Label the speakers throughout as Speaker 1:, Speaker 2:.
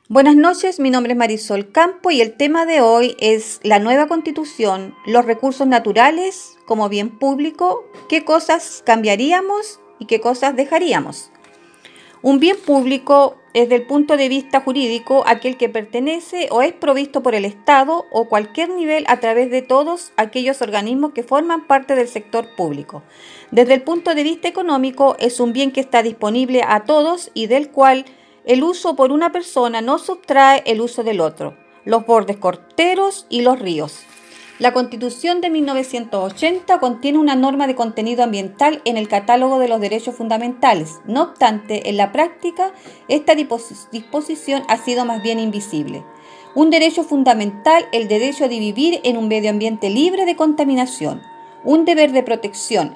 Speaker 1: Buenas noches, mi nombre es Marisol Campo y el tema de hoy es la nueva Constitución, los recursos naturales como bien público, qué cosas cambiaríamos y qué cosas dejaríamos. Un bien público es, desde el punto de vista jurídico, aquel que pertenece o es provisto por el Estado o cualquier nivel a través de todos aquellos organismos que forman parte del sector público. Desde el punto de vista económico, es un bien que está disponible a todos y del cual el uso por una persona no sustrae el uso del otro, los bordes costeros y los ríos. La Constitución de 1980 contiene una norma de contenido ambiental en el catálogo de los derechos fundamentales. No obstante, en la práctica, esta disposición ha sido más bien invisible. Un derecho fundamental, el derecho de vivir en un medio ambiente libre de contaminación. Un deber de protección.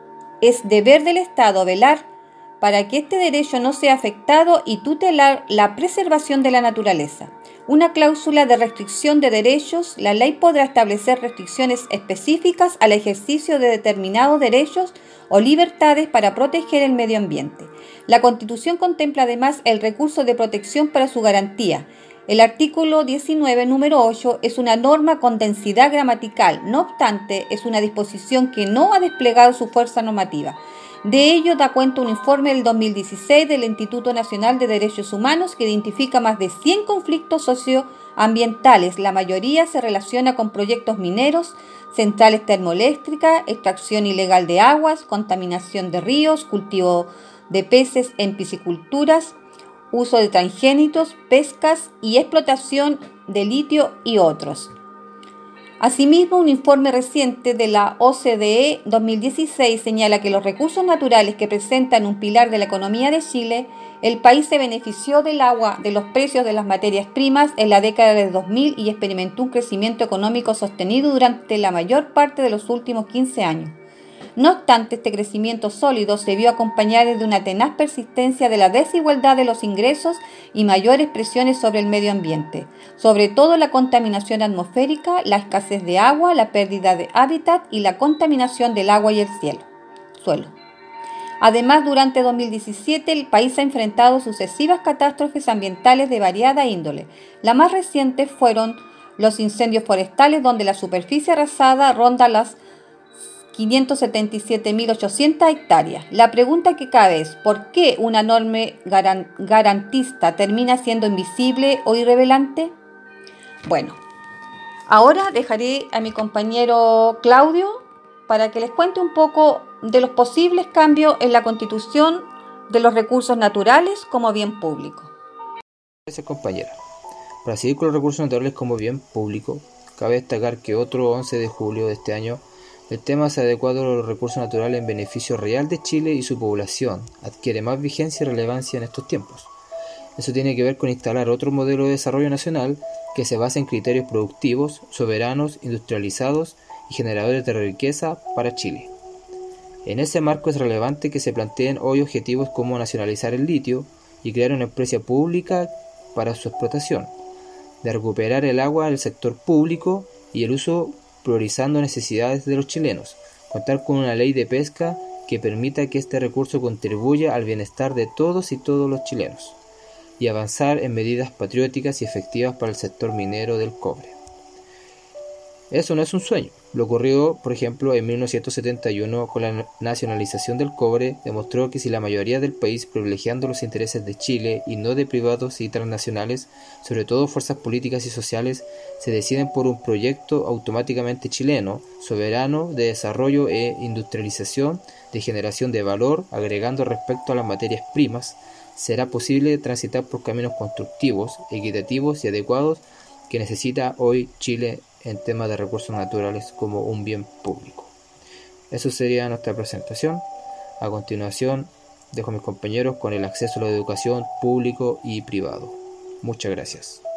Speaker 1: Es deber del Estado velar para que este derecho no sea afectado y tutelar la preservación de la naturaleza. Una cláusula de restricción de derechos, la ley podrá establecer restricciones específicas al ejercicio de determinados derechos o libertades para proteger el medio ambiente. La Constitución contempla además el recurso de protección para su garantía. El artículo 19, número 8, es una norma con densidad gramatical, no obstante, es una disposición que no ha desplegado su fuerza normativa. De ello da cuenta un informe del 2016 del Instituto Nacional de Derechos Humanos que identifica más de 100 conflictos socioambientales. La mayoría se relaciona con proyectos mineros, centrales termoeléctricas, extracción ilegal de aguas, contaminación de ríos, cultivo de peces en pisciculturas, uso de transgénicos, pescas y explotación de litio y otros. Asimismo, un informe reciente de la OCDE 2016 señala que los recursos naturales que presentan un pilar de la economía de Chile, el país se benefició del agua, de los precios de las materias primas en la década de 2000 y experimentó un crecimiento económico sostenido durante la mayor parte de los últimos 15 años. No obstante, este crecimiento sólido se vio acompañado de una tenaz persistencia de la desigualdad de los ingresos y mayores presiones sobre el medio ambiente, sobre todo la contaminación atmosférica, la escasez de agua, la pérdida de hábitat y la contaminación del agua y el suelo. Además, durante 2017 el país ha enfrentado sucesivas catástrofes ambientales de variada índole. La más reciente fueron los incendios forestales, donde la superficie arrasada ronda las 577.800 hectáreas. La pregunta que cabe es, ¿por qué una norma garantista termina siendo invisible o irrelevante? Bueno, ahora dejaré a mi compañero Claudio para que les cuente un poco de los posibles cambios en la Constitución de los recursos naturales como bien público.
Speaker 2: Gracias, compañera. Para seguir con los recursos naturales como bien público, cabe destacar que otro 11 de julio de este año el tema se adecua a los recursos naturales en beneficio real de Chile y su población adquiere más vigencia y relevancia en estos tiempos. Eso tiene que ver con instalar otro modelo de desarrollo nacional que se basa en criterios productivos, soberanos, industrializados y generadores de riqueza para Chile. En ese marco es relevante que se planteen hoy objetivos como nacionalizar el litio y crear una empresa pública para su explotación, de recuperar el agua del sector público y el uso priorizando necesidades de los chilenos, contar con una ley de pesca que permita que este recurso contribuya al bienestar de todos y todos los chilenos, y avanzar en medidas patrióticas y efectivas para el sector minero del cobre. Eso no es un sueño. Lo ocurrido, por ejemplo, en 1971 con la nacionalización del cobre demostró que si la mayoría del país, privilegiando los intereses de Chile y no de privados y transnacionales, sobre todo fuerzas políticas y sociales, se deciden por un proyecto automáticamente chileno, soberano, de desarrollo e industrialización, de generación de valor, agregando respecto a las materias primas, será posible transitar por caminos constructivos, equitativos y adecuados que necesita hoy Chile en temas de recursos naturales como un bien público. Eso sería nuestra presentación. A continuación, dejo a mis compañeros con el acceso a la educación público y privado. Muchas gracias.